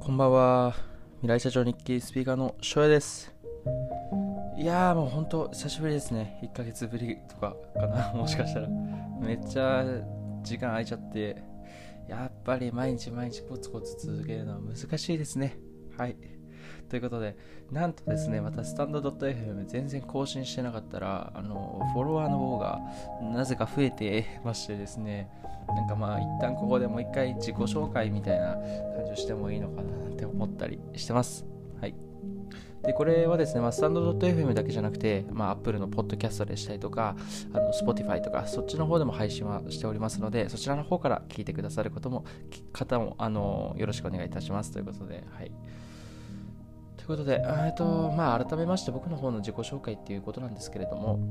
こんばんは。未来社長日記スピーカーの翔也です。いやーもうほんと久しぶりですね。1ヶ月ぶりとかかなもしかしたら。めっちゃ時間空いちゃって、やっぱり毎日コツコツ続けるのは難しいですね。はい。ということで、なんとですね、またスタンド .fm 全然更新してなかったら、フォロワーの方がなぜか増えてましてですね、一旦ここでもう一回自己紹介みたいな感じをしてもいいのかなって思ったりしてます。はい。で、これはですね、スタンド .fm だけじゃなくて、Apple のポッドキャストでしたりとか、Spotify とか、そっちの方でも配信はしておりますので、そちらの方から聞いてくださる方もよろしくお願いいたしますということで、はい。ということで、改めまして僕の方の自己紹介っていうことなんですけれども、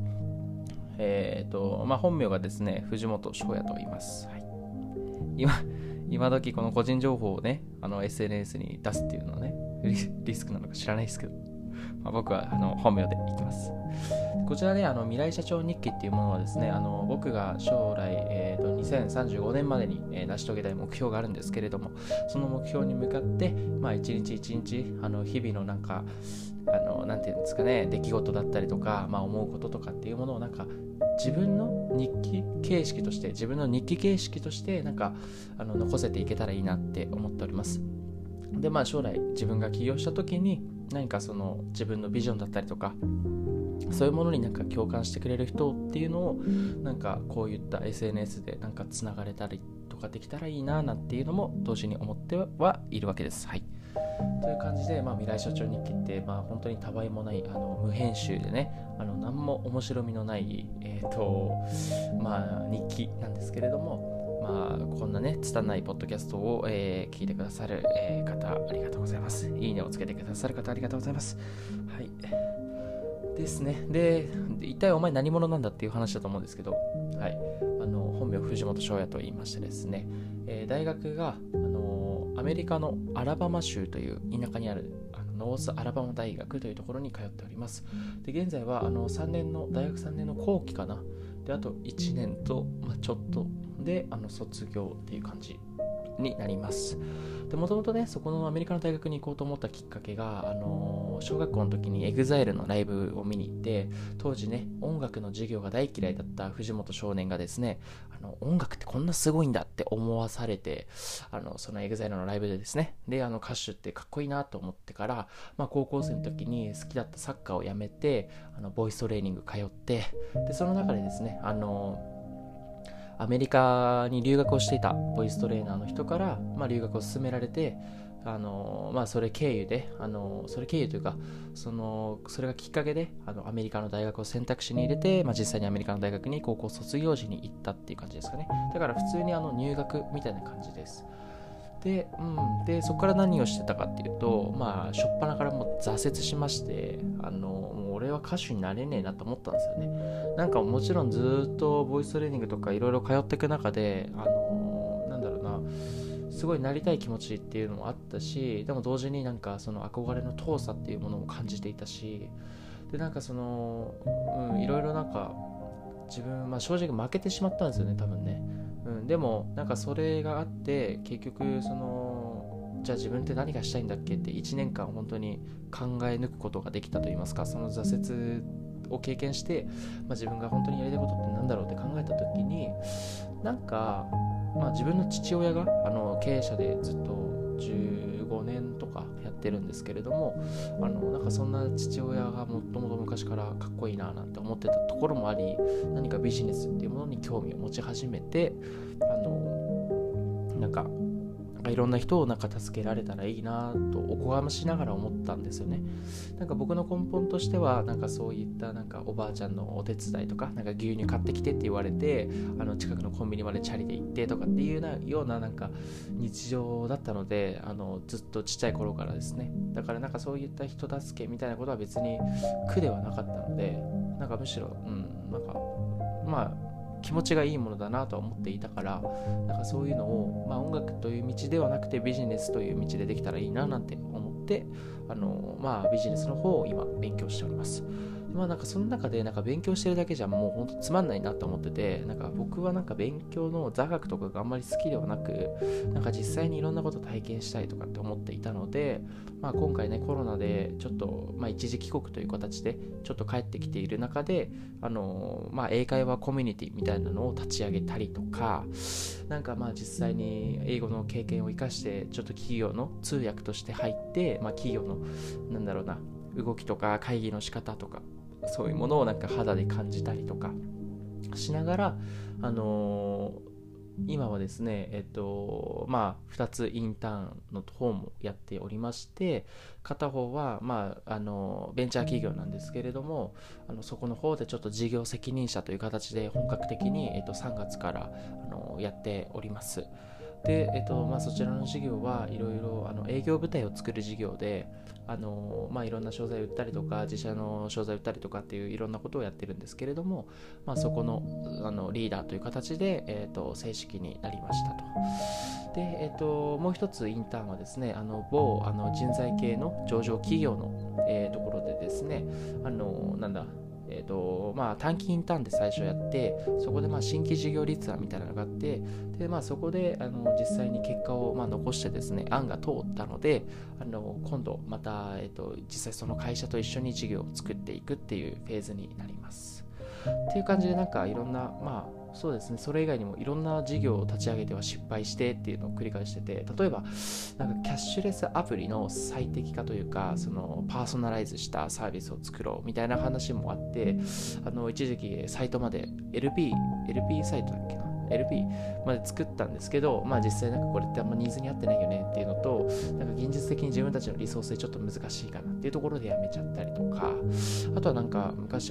本名がですね、藤本翔也と言います。はい、今時この個人情報をね、SNS に出すっていうのはね、リスクなのか知らないですけど、僕は本名でいきます。こちらね、未来社長日記っていうものはですね、僕が将来、2035年までに、成し遂げたい目標があるんですけれども、その目標に向かって、一日一日、日々のなんていうんですかね、出来事だったりとか、思うこととかっていうものを自分の日記形式として残せていけたらいいなって思っております。で、将来自分が起業した時に何かその自分のビジョンだったりとか、そういうものに共感してくれる人っていうのをこういった SNS でつながれたりとかできたらいいななんていうのも同時に思ってはいるわけです。はい。という感じで、未来社長日記って、本当にたわいもない無編集でね、何も面白みのない、日記なんですけれども、こんなね拙いポッドキャストを、聞いてくださる、方ありがとうございます。いいねをつけてくださる方ありがとうございます。はいですね。で、一体お前何者なんだっていう話だと思うんですけど、はい、本名藤本翔也と言いましてですね、大学がアメリカのアラバマ州という田舎にあるノースアラバマ大学というところに通っております。で、現在は大学3年の後期かな。で、あと1年と、ちょっとで卒業っていう感じになります。で、もともとね、そこのアメリカの大学に行こうと思ったきっかけが、小学校の時に EXILE のライブを見に行って、当時ね、音楽の授業が大嫌いだった藤本少年がですね、音楽ってこんなすごいんだって思わされて、その EXILE のライブでですね、で、歌手ってかっこいいなと思ってから、高校生の時に好きだったサッカーをやめて、ボイストレーニング通って、で、その中でですね、アメリカに留学をしていたボイストレーナーの人から、留学を勧められて、それ経由というか、それがきっかけでアメリカの大学を選択肢に入れて、実際にアメリカの大学に高校卒業時に行ったっていう感じですかね。だから普通に入学みたいな感じです。で、そこから何をしてたかっていうと、初っ端からもう挫折しまして、もう俺は歌手になれねえなと思ったんですよね。もちろんずっとボイストレーニングとかいろいろ通っていく中で、すごいなりたい気持ちっていうのもあったし、でも同時にその憧れの遠さっていうものも感じていたし、で、いろいろ自分、正直負けてしまったんですよね、多分ね。でもそれがあって結局じゃあ自分って何がしたいんだっけって1年間本当に考え抜くことができたといいますか、その挫折を経験して、自分が本当にやりたいことって何だろうって考えた時に自分の父親が経営者でずっと15年とかやってるんですけれども、そんな父親がもともと昔からかっこいいななんて思ってたところもあり、何かビジネスっていうものに興味を持ち始めて、いろんな人を助けられたらいいなとおこがましながら思ったんですよね。僕の根本としてはそういったおばあちゃんのお手伝いとか牛乳買ってきてって言われて近くのコンビニまでチャリで行ってとかっていうような日常だったので、ずっとちっちゃい頃からですね。だからそういった人助けみたいなことは別に苦ではなかったので、むしろ気持ちがいいものだなとは思っていたから、そういうのを、音楽という道ではなくてビジネスという道でできたらいいななんて思ってビジネスの方を今勉強しております。 なんかその中でなんか勉強してるだけじゃもうほんとつまんないなと思ってて、なんか僕はなんか勉強の座学とかがあんまり好きではなく、なんか実際にいろんなことを体験したいとかって思っていたので、今回ねコロナでちょっと一時帰国という形でちょっと帰ってきている中で英会話コミュニティみたいなのを立ち上げたりとか、なんか実際に英語の経験を生かしてちょっと企業の通訳として入って、企業の動きとか会議の仕方とかそういうものをなんか肌で感じたりとかしながら、今はですね、2つインターンの方もやっておりまして、片方は、ベンチャー企業なんですけれども、そこの方でちょっと事業責任者という形で本格的に、3月からやっております。で、そちらの事業はいろいろ営業部隊を作る事業で、いろんな商材を売ったりとか自社の商材を売ったりとかっていういろんなことをやってるんですけれども、そこの、リーダーという形で、正式になりましたと。で、もう一つインターンはですね、某人材系の上場企業の、ところでですね、短期インターンで最初やって、そこで新規事業立案みたいなのがあって、でそこで実際に結果を残してですね、案が通ったので今度また、実際その会社と一緒に事業を作っていくっていうフェーズになりますっていう感じで、なんかいろんなそうですね、それ以外にもいろんな事業を立ち上げては失敗してっていうのを繰り返してて、例えばなんかキャッシュレスアプリの最適化というか、そのパーソナライズしたサービスを作ろうみたいな話もあって、一時期サイトまで LP サイトだっけな、 LP まで作ったんですけど、実際なんかこれってあんまニーズに合ってないよねっていうのと、なんか現実的に自分たちのリソースでちょっと難しいかなっていうところでやめちゃったりとか、あとはなんか昔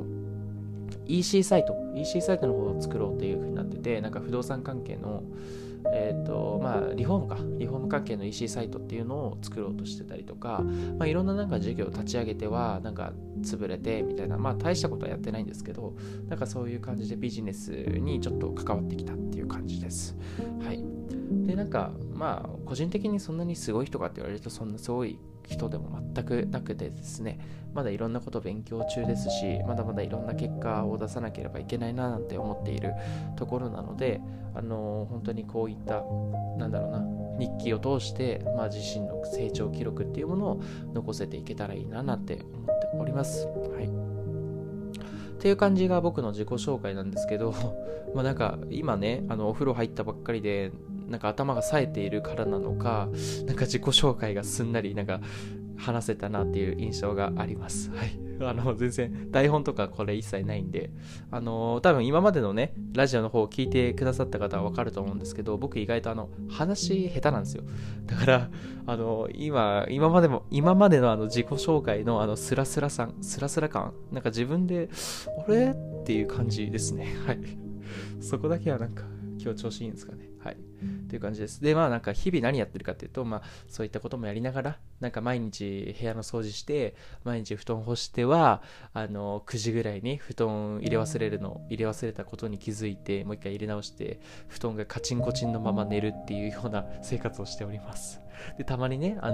EC サイトの方を作ろうという風になってて、なんか不動産関係のリフォーム関係の EC サイトっていうのを作ろうとしてたりとか、いろんななんか事業を立ち上げてはなんか潰れてみたいな、大したことはやってないんですけど、なんかそういう感じでビジネスにちょっと関わってきたっていう感じです。はい。で、なんか個人的にそんなにすごい人かって言われるとそんなすごい人でも全くなくてですね、まだいろんなことを勉強中ですし、まだまだいろんな結果を出さなければいけないななんて思っているところなので、本当にこういった日記を通して、自身の成長記録っていうものを残せていけたらいいななんて思っております。はい。っていう感じが僕の自己紹介なんですけどなんか今ねお風呂入ったばっかりでなんか頭が冴えているからなのか、なんか自己紹介がすんなりなんか話せたなっていう印象があります。はい。全然台本とかこれ一切ないんで、多分今までのねラジオの方を聞いてくださった方はわかると思うんですけど、僕意外と話下手なんですよ。だから今までの自己紹介のスラスラ感、なんか自分であれっていう感じですね。はい。そこだけはなんか今日調子いいんですかね。はい。という感じです。で、なんか日々何やってるかっていうと、そういったこともやりながら、なんか毎日部屋の掃除して、毎日布団干しては、9時ぐらいに布団入れ忘れたことに気づいて、もう一回入れ直して、布団がカチンコチンのまま寝るっていうような生活をしております。で、たまにね、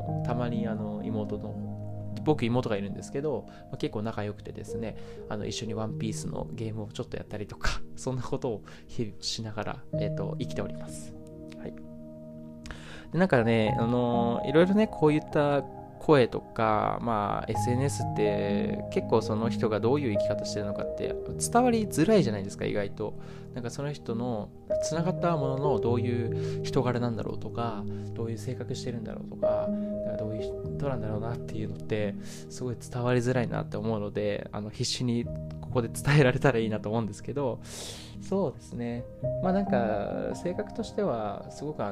妹がいるんですけど、結構仲良くてですね、一緒にワンピースのゲームをちょっとやったりとか、そんなことを日々しながら、生きております。はい。で、なんかね、いろいろね、こういった声とか、SNS って結構その人がどういう生き方してるのかって伝わりづらいじゃないですか、意外と。なんかその人のつながったもののどういう人柄なんだろうとか、どういう性格してるんだろうとか、どういう人なんだろうなっていうのってすごい伝わりづらいなって思うので、必死にここで伝えられたらいいなと思うんですけど、そうですね。なんか性格としてはすごく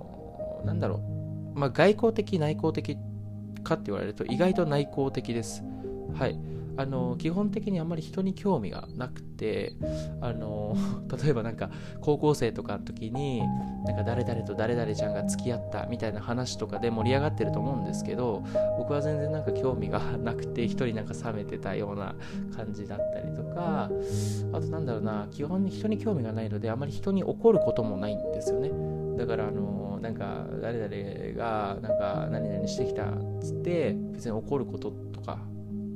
外交的内向的かって言われると意外と内向的です。はい。基本的にあんまり人に興味がなくて、例えばなんか高校生とかの時になんか誰々と誰々ちゃんが付き合ったみたいな話とかで盛り上がってると思うんですけど、僕は全然なんか興味がなくて一人なんか冷めてたような感じだったりとか、あと基本に人に興味がないのであまり人に怒ることもないんですよね。だからなんか誰々がなんか何々してきたっつって別に怒ることとかっ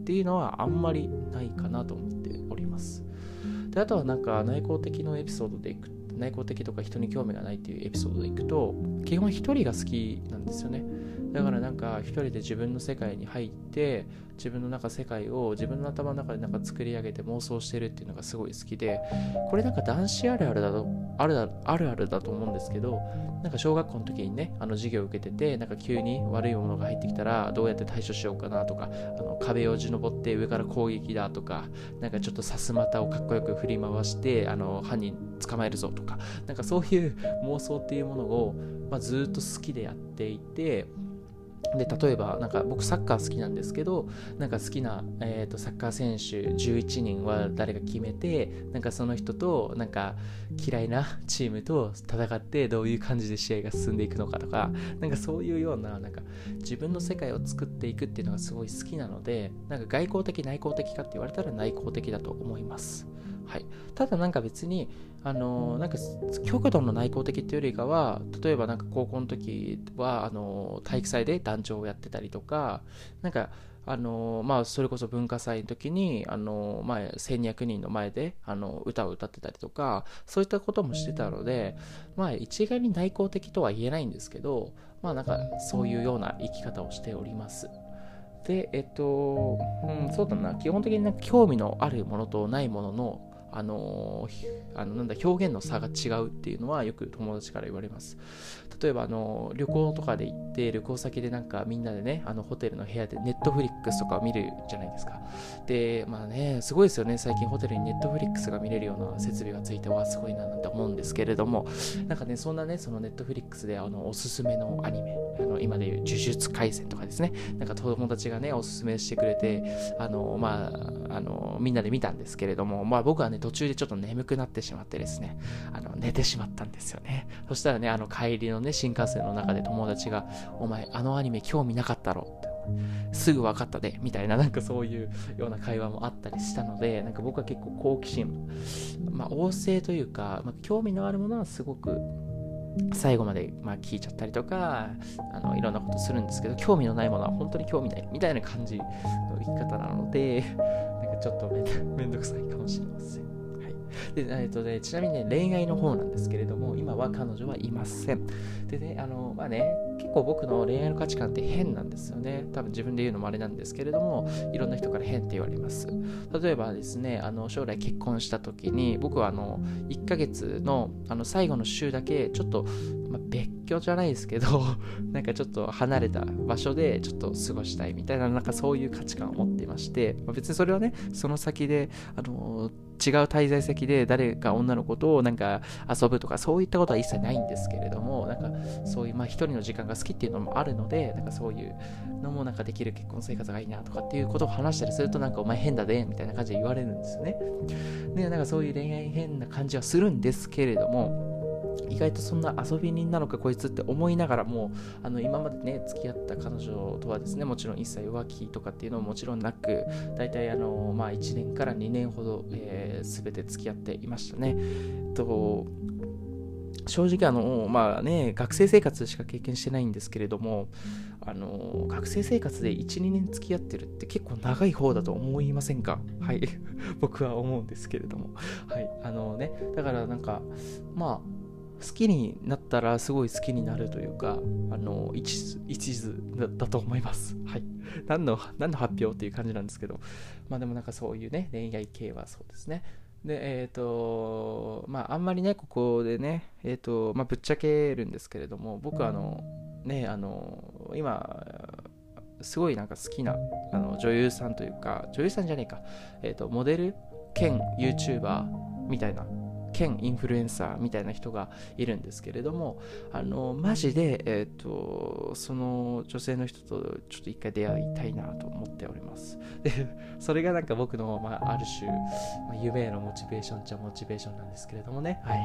っていうのはあんまりないかなと思っております。であとはなんか内向的のエピソードでいく、内向的とか人に興味がないっていうエピソードでいくと、基本一人が好きなんですよね。だからなんか一人で自分の世界に入って、自分の世界を自分の頭の中でなんか作り上げて妄想してるっていうのがすごい好きで、これなんか男子あるあるだと思うんですけど、なんか小学校の時にね、授業を受けてて、なんか急に悪いものが入ってきたらどうやって対処しようかなとか、壁を地登って上から攻撃だとか、なんかちょっとさすまたをかっこよく振り回して犯人捕まえるぞとか、なんかそういう妄想っていうものを、ずっと好きでやっていて、で例えばなんか僕サッカー好きなんですけど、なんか好きな、サッカー選手11人は誰か決めて、なんかその人となんか嫌いなチームと戦ってどういう感じで試合が進んでいくのかとか、なんかそういうような、なんか自分の世界を作っていくっていうのがすごい好きなので、なんか外向的内向的かって言われたら内向的だと思います。はい、ただなんか別になんか極度の内向的っていうよりかは、例えばなんか高校の時は体育祭で団長をやってたりとか、なんかそれこそ文化祭の時に1200人の前で歌を歌ってたりとか、そういったこともしてたので、一概に内向的とは言えないんですけど、なんかそういうような生き方をしております。でそうだな、基本的になんか興味のあるものとないものの表現の差が違うっていうのはよく友達から言われます。例えば旅行とかで行って、旅行先でなんかみんなでね、ホテルの部屋でネットフリックスとかを見るじゃないですか。ですごいですよね。最近ホテルにネットフリックスが見れるような設備がついてはすごいななんて思うんですけれども、なんかね、そんなね、そのネットフリックスでおすすめのアニメ、今でいう呪術廻戦とかですね、なんか友達がねおすすめしてくれて、みんなで見たんですけれども、僕はね途中でちょっと眠くなってしまってですね、寝てしまったんですよね。そしたらね、帰りのね新幹線の中で友達が、お前アニメ興味なかったろって、すぐ分かったでみたいな、なんかそういうような会話もあったりしたので、なんか僕は結構好奇心、旺盛というか、興味のあるものはすごく最後まで聞いちゃったりとか、いろんなことするんですけど、興味のないものは本当に興味ないみたいな感じの生き方なので、なんかちょっとめんどくさいかもしれません。でちなみにね、恋愛の方なんですけれども、今は彼女はいません。でね、結構僕の恋愛の価値観って変なんですよね。多分自分で言うのもあれなんですけれども、いろんな人から変って言われます。例えばですね、将来結婚した時に、僕は1ヶ月の最後の週だけちょっと、別居じゃないですけどなんかちょっと離れた場所でちょっと過ごしたいみたいな、なんかそういう価値観を持っていまして、別にそれはね、その先で違う滞在先で誰か女の子となんか遊ぶとかそういったことは一切ないんですけれども、なんかそういう一人の時間が好きっていうのもあるので、なんかそういうのもなんかできる結婚生活がいいなとかっていうことを話したりすると、なんかお前変だでみたいな感じで言われるんですよね。で、なんかそういう恋愛変な感じはするんですけれども、意外とそんな遊び人なのかこいつって思いながらも、今までね付き合った彼女とはですね、もちろん一切浮気とかっていうのももちろんなく、だいたい1年から2年ほど、全て付き合っていましたね。正直学生生活しか経験してないんですけれども、学生生活で 1,2 年付き合ってるって結構長い方だと思いませんか？はい僕は思うんですけれども、はいだからなんか好きになったらすごい好きになるというか、一途だと思います。はい。何の発表っていう感じなんですけど、でもなんかそういうね、恋愛系はそうですね。で、あんまりね、ここでね、ぶっちゃけるんですけれども、僕は今、すごいなんか好きな女優さんというか、女優さんじゃねえか、モデル兼 YouTuber みたいな、兼インフルエンサーみたいな人がいるんですけれども、マジで、その女性の人とちょっと一回出会いたいなと思っております。で、それがなんか僕の、ある種、夢へのモチベーションっちゃモチベーションなんですけれどもね、はい、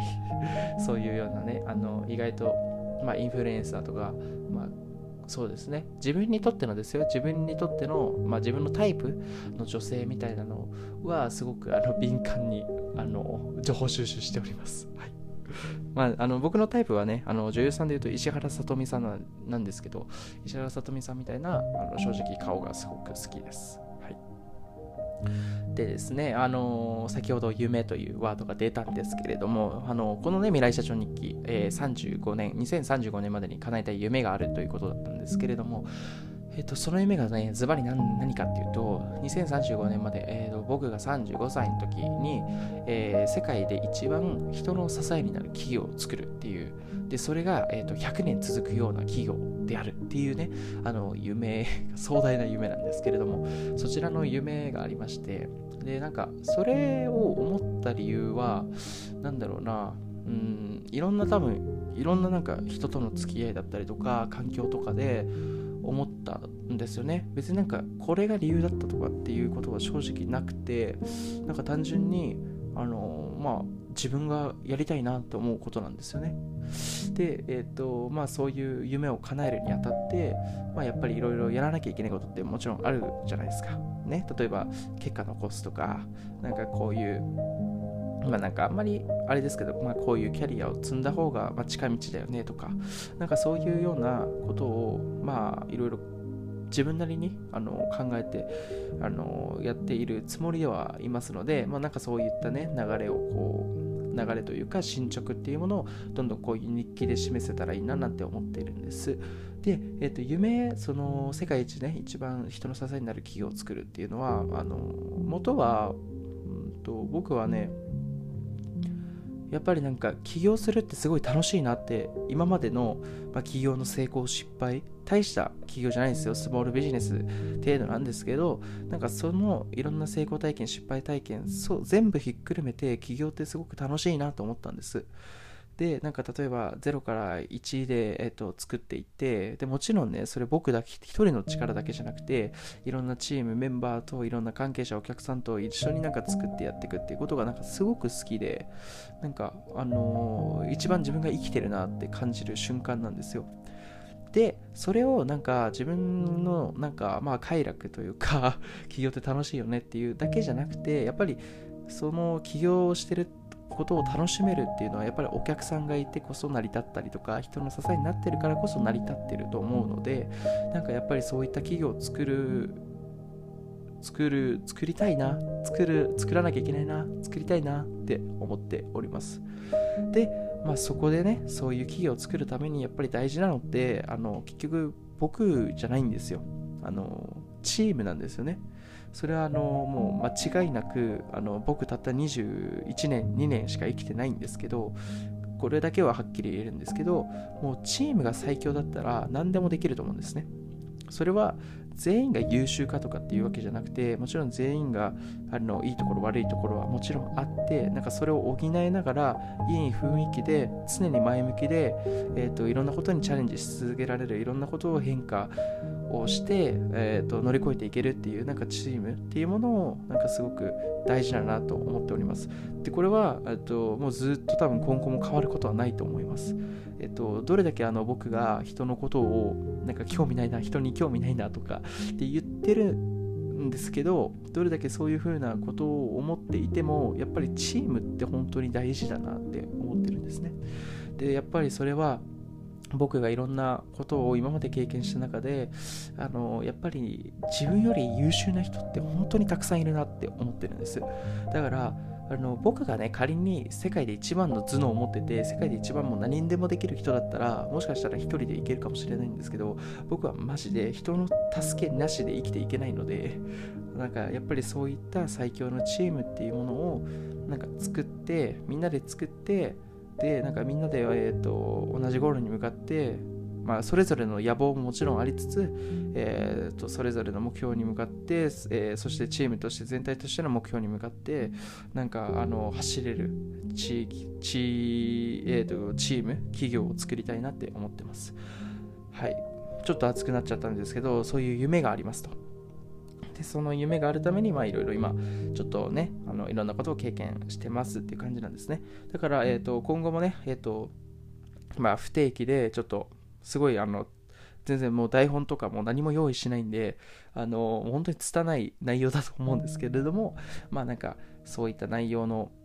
そういうようなね、意外と、インフルエンサーとか、そうですね、自分にとっての自分のタイプの女性みたいなのはすごく敏感に情報収集しております。はい。僕のタイプはね、女優さんでいうと石原さとみさんなんですけど、石原さとみさんみたいな正直顔がすごく好きです。はい。 でですね、先ほど夢というワードが出たんですけれども、このね、未来社長日記、2035年までに叶えたい夢があるということだったんですけれども、その夢がね、ズバリ何かっていうと、2035年まで、僕が35歳の時に、世界で一番人の支えになる企業を作るっていう、で、それが、100年続くような企業であるっていうね、壮大な夢なんですけれども、そちらの夢がありまして、で、なんか、それを思った理由は、なんだろうな、いろんななんか人との付き合いだったりとか、環境とかで、思ったんですよね。別になんかこれが理由だったとかっていうことは正直なくて、なんか単純に自分がやりたいなと思うことなんですよね。で、そういう夢を叶えるにあたって、やっぱりいろいろやらなきゃいけないことってもちろんあるじゃないですか。ね、例えば結果残すとか、なんかこういうなんかあんまりあれですけど、こういうキャリアを積んだ方が近道だよねとか、なんかそういうようなことをいろいろ自分なりに考えてやっているつもりではいますので、なんかそういったね流れというか進捗っていうものをどんどんこういう日記で示せたらいいななんて思っているんです。で、その世界一ね、一番人の支えになる企業を作るっていうのは元は僕はね、やっぱりなんか起業するってすごい楽しいなって、今までの、起業の成功失敗、大した起業じゃないんですよ、スモールビジネス程度なんですけど、なんかそのいろんな成功体験失敗体験全部ひっくるめて起業ってすごく楽しいなと思ったんです。で、なんか例えば0から1で、作っていって、でもちろんね、それ僕一人の力だけじゃなくて、いろんなチームメンバーといろんな関係者お客さんと一緒になんか作ってやっていくっていうことがなんかすごく好きで、なんか一番自分が生きてるなって感じる瞬間なんですよ。で、それをなんか自分のなんか快楽というか起業って楽しいよねっていうだけじゃなくて、やっぱりその起業をしてることを楽しめるっていうのはやっぱりお客さんがいてこそ成り立ったりとか、人の支えになってるからこそ成り立ってると思うので、なんかやっぱりそういった企業を作りたいな、作らなきゃいけないな、作りたいなって思っております。で、そこでね、そういう企業を作るためにやっぱり大事なのって結局僕じゃないんですよ。チームなんですよね。それはもう間違いなく僕たった21年2年しか生きてないんですけど、これだけははっきり言えるんですけど、もうチームが最強だったら何でもできると思うんですね。それは全員が優秀かとかっていうわけじゃなくて、もちろん全員がいいところ悪いところはもちろんあって、なんかそれを補いながらいい雰囲気で常に前向きで、いろんなことにチャレンジし続けられる、いろんなことを変化をして、乗り越えていけるっていうなんかチームっていうものをなんかすごく大事だなと思っております。で、これはもうずっと多分今後も変わることはないと思います。どれだけ僕が人のことをなんか興味ないな、人に興味ないなとかって言ってるんですけど、どれだけそういう風なことを思っていても、やっぱりチームって本当に大事だなって思ってるんですね。で、やっぱりそれは僕がいろんなことを今まで経験した中でやっぱり自分より優秀な人って本当にたくさんいるなって思ってるんです。だから僕がね、仮に世界で一番の頭脳を持ってて、世界で一番もう何にでもできる人だったら、もしかしたら一人でいけるかもしれないんですけど、僕はマジで人の助けなしで生きていけないので、なんかやっぱりそういった最強のチームっていうものをなんか作って、みんなで作って、でなんかみんなで、同じゴールに向かって、それぞれの野望ももちろんありつつ、それぞれの目標に向かって、そしてチームとして全体としての目標に向かってなんか走れるチーム企業を作りたいなって思ってます。はい、ちょっと熱くなっちゃったんですけど、そういう夢がありますと。で、その夢があるためにいろいろ今ちょっとねいろんなことを経験してますっていう感じなんですね。だから、今後もね不定期でちょっとすごい全然もう台本とかも何も用意しないんで本当に拙い内容だと思うんですけれども、なんかそういった内容の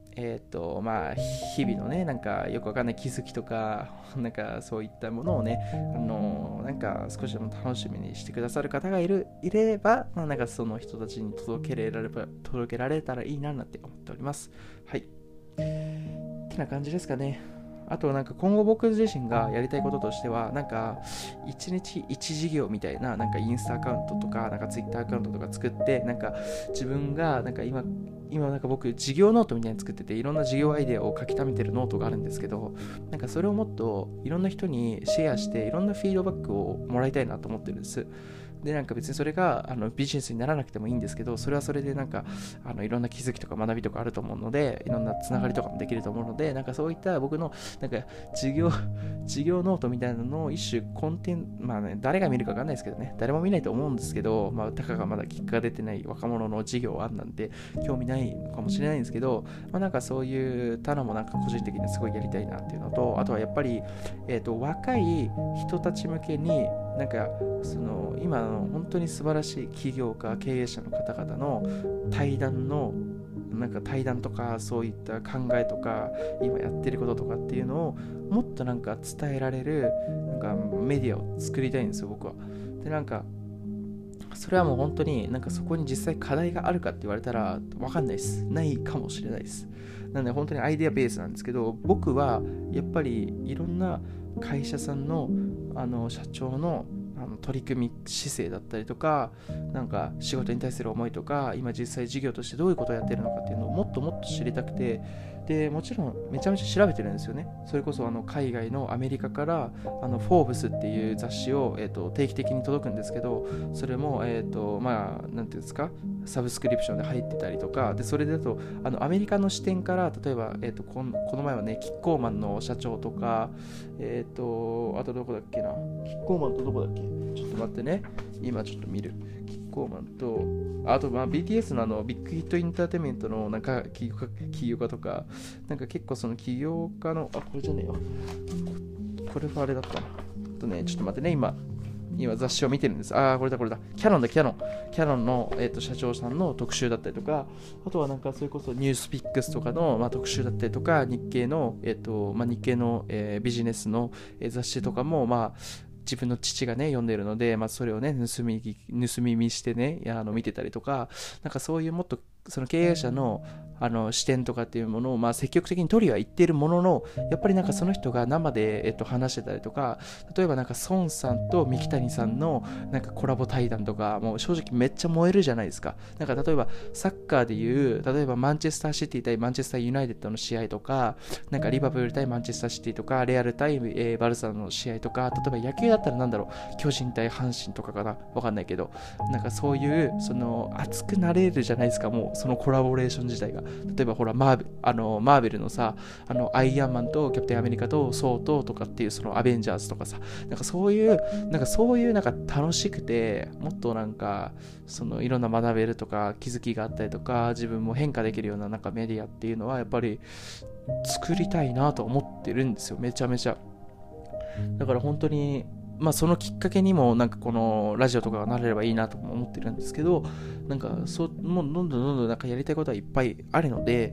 まあ、日々のね、なんかよくわかんない気づきとか、なんかそういったものをね、なんか少しでも楽しみにしてくださる方がいれば、まあ、なんかその人たちに届けられたらいいななんて思っております。はい。ってな感じですかね。あとなんか今後僕自身がやりたいこととしては、なんか1日1事業みたいな、なんかインスタアカウントとか、なんかツイッターアカウントとか作って、なんか自分がなんか今なんか僕事業ノートみたいに作ってて、いろんな事業アイデアを書き溜めてるノートがあるんですけど、なんかそれをもっといろんな人にシェアして、いろんなフィードバックをもらいたいなと思ってるんです。で、なんか別にそれがビジネスにならなくてもいいんですけど、それはそれでなんかいろんな気づきとか学びとかあると思うので、いろんなつながりとかもできると思うので、なんかそういった僕のなんか事業ノートみたいなのを一種コンテンツ、まあね、誰が見るか分かんないですけどね、誰も見ないと思うんですけど、まあ、たかがまだ結果が出てない若者の事業案なんて興味ないのかもしれないんですけど、まあ、なんかそういうたのもなんか個人的にすごいやりたいなっていうのと、あとはやっぱり、若い人たち向けになんか今の本当に素晴らしい起業家経営者の方々の対談とか、そういった考えとか今やってることとかっていうのをもっとなんか伝えられるなんかメディアを作りたいんですよ、僕は。で、なんかそれはもう本当になんかそこに実際課題があるかって言われたら分かんないです。ないかもしれないです。なので本当にアイデアベースなんですけど、僕はやっぱりいろんな会社さんの社長の取り組み姿勢だったりとか、なんか仕事に対する思いとか、今実際事業としてどういうことをやってるのかっていうのをもっともっと知りたくて、でもちろんめちゃめちゃ調べてるんですよね。それこそ海外のアメリカからフォーブスっていう雑誌を、定期的に届くんですけど、それもまあなんていうんですか、サブスクリプションで入ってたりとかで、それだとアメリカの視点から、例えば、この前はね、キッコーマンの社長とか、あとどこだっけな、キッコーマンとどこだっけ、ちょっと待ってね、今ちょっと見る。キッコーマンと、あとまあ BTS のビッグヒットエンターテインメントのなんか起業家とか、なんか結構その起業家の、これじゃねえよ、これはあれだったな。とね、ちょっと待ってね、今雑誌を見てるんです。これだ。キャノンの、社長さんの特集だったりとか、あとはなんかそれこそニュースピックスとかの、まあ、特集だったりとか、日経の、ビジネスの、雑誌とかも、まあ、自分の父がね読んでるので、まあ、それをね盗み見してね見てたりとか、なんかそういうもっとその経営者の視点とかっていうものを、まあ、積極的に取りは言っているものの、やっぱりなんかその人が生で、話してたりとか、例えばなんか孫さんと三木谷さんのなんかコラボ対談とか、もう正直めっちゃ燃えるじゃないですか。なんか例えばサッカーでいう、例えばマンチェスターシティ対マンチェスターユナイテッドの試合とか、なんかリバプール対マンチェスターシティとか、レアル対、バルサの試合とか、例えば野球だったらなんだろう、巨人対阪神とかかな、わかんないけど、なんかそういう熱くなれるじゃないですか、もうそのコラボレーション自体が。例えばほらマーベルのさ、アイアンマンとキャプテンアメリカとソーとかっていうそのアベンジャーズとかさ、なんかそういうなんか楽しくて、もっとなんかいろんな学べるとか気づきがあったりとか、自分も変化できるようななんかメディアっていうのはやっぱり作りたいなと思ってるんですよ、めちゃめちゃ。だから本当にまあそのきっかけにもなんかこのラジオとかがなれればいいなと思ってるんですけど、なんかもうどんどんなんかやりたいことはいっぱいあるので、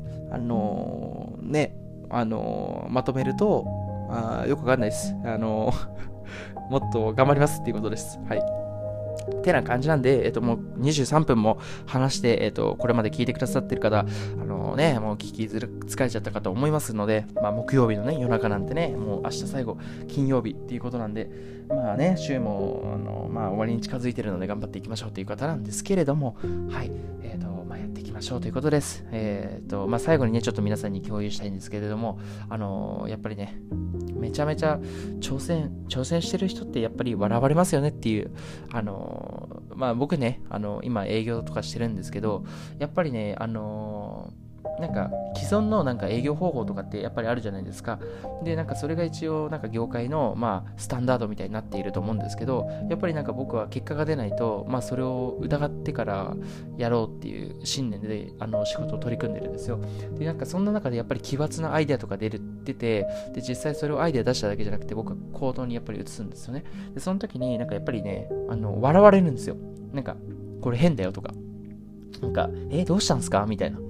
まとめるとよくわかんないです。もっと頑張りますっていうことです。はい。ってな感じなんで、もう23分も話して、これまで聞いてくださってる方、もう聞き疲れちゃったかと思いますので、まあ、木曜日のね、夜中なんてね、もう明日最後、金曜日っていうことなんで、まあね、週も、まあ、終わりに近づいてるので頑張っていきましょうという方なんですけれども、はい、まあ、やっていきましょうということです。まあ、最後にね、ちょっと皆さんに共有したいんですけれども、やっぱりね、めちゃめちゃ挑戦してる人ってやっぱり笑われますよねっていう、まあ僕ね、今営業とかしてるんですけど、やっぱりね、なんか既存のなんか営業方法とかってやっぱりあるじゃないですか。で、なんかそれが一応なんか業界のまあスタンダードみたいになっていると思うんですけど、やっぱりなんか僕は結果が出ないと、まあそれを疑ってからやろうっていう信念で仕事を取り組んでるんですよ。で、なんかそんな中でやっぱり奇抜なアイデアとか出て、で、実際それをアイデア出しただけじゃなくて僕は行動にやっぱり移すんですよね。で、その時になんかやっぱりね、笑われるんですよ。なんか、これ変だよとか、なんか、どうしたんすかみたいな。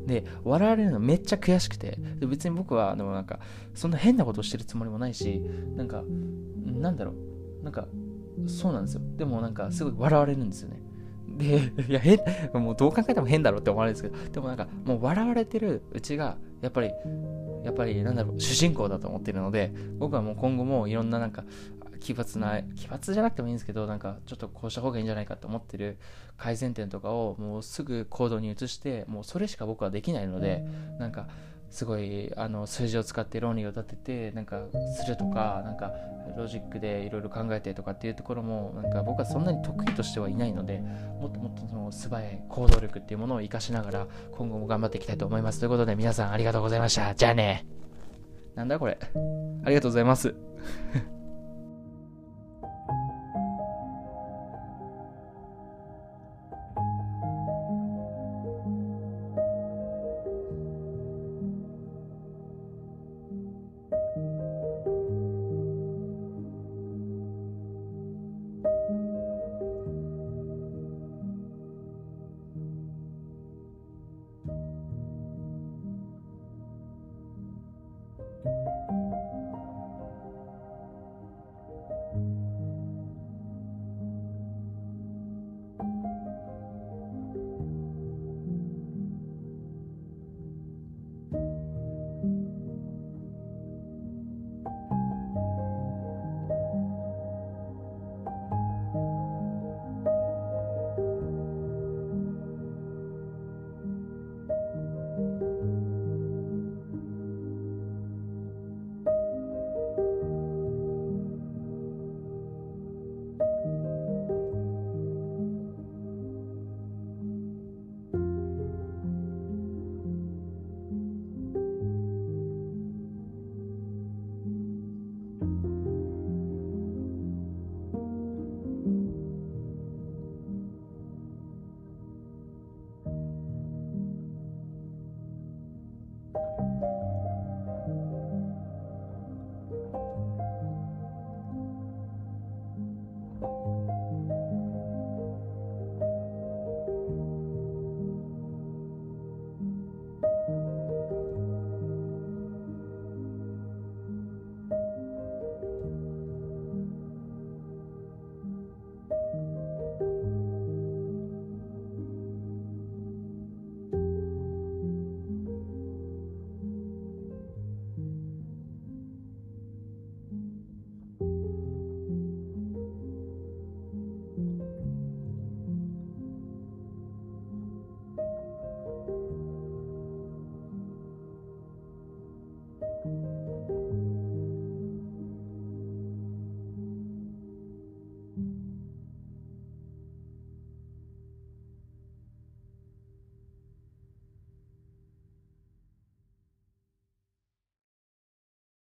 で、笑われるのめっちゃ悔しくて、で別に僕はでもなんかそんな変なことをしてるつもりもないし、なんかなんだろう、なんかそうなんですよ。でもなんかすごい笑われるんですよね。で、いやもうどう考えても変だろって思われるんですけど、でもなんかもう笑われてるうちがやっぱりなんだろう、主人公だと思ってるので、僕はもう今後もいろんななんか奇抜じゃなくてもいいんですけど、なんかちょっとこうした方がいいんじゃないかと思ってる改善点とかをもうすぐ行動に移して、もうそれしか僕はできないので、なんかすごい数字を使って論理を立ててなんかするとか、なんかロジックでいろいろ考えてとかっていうところもなんか僕はそんなに得意としてはいないので、もっともっとその素早い行動力っていうものを活かしながら今後も頑張っていきたいと思います。ということで皆さんありがとうございました。じゃあね。なんだこれ。ありがとうございます。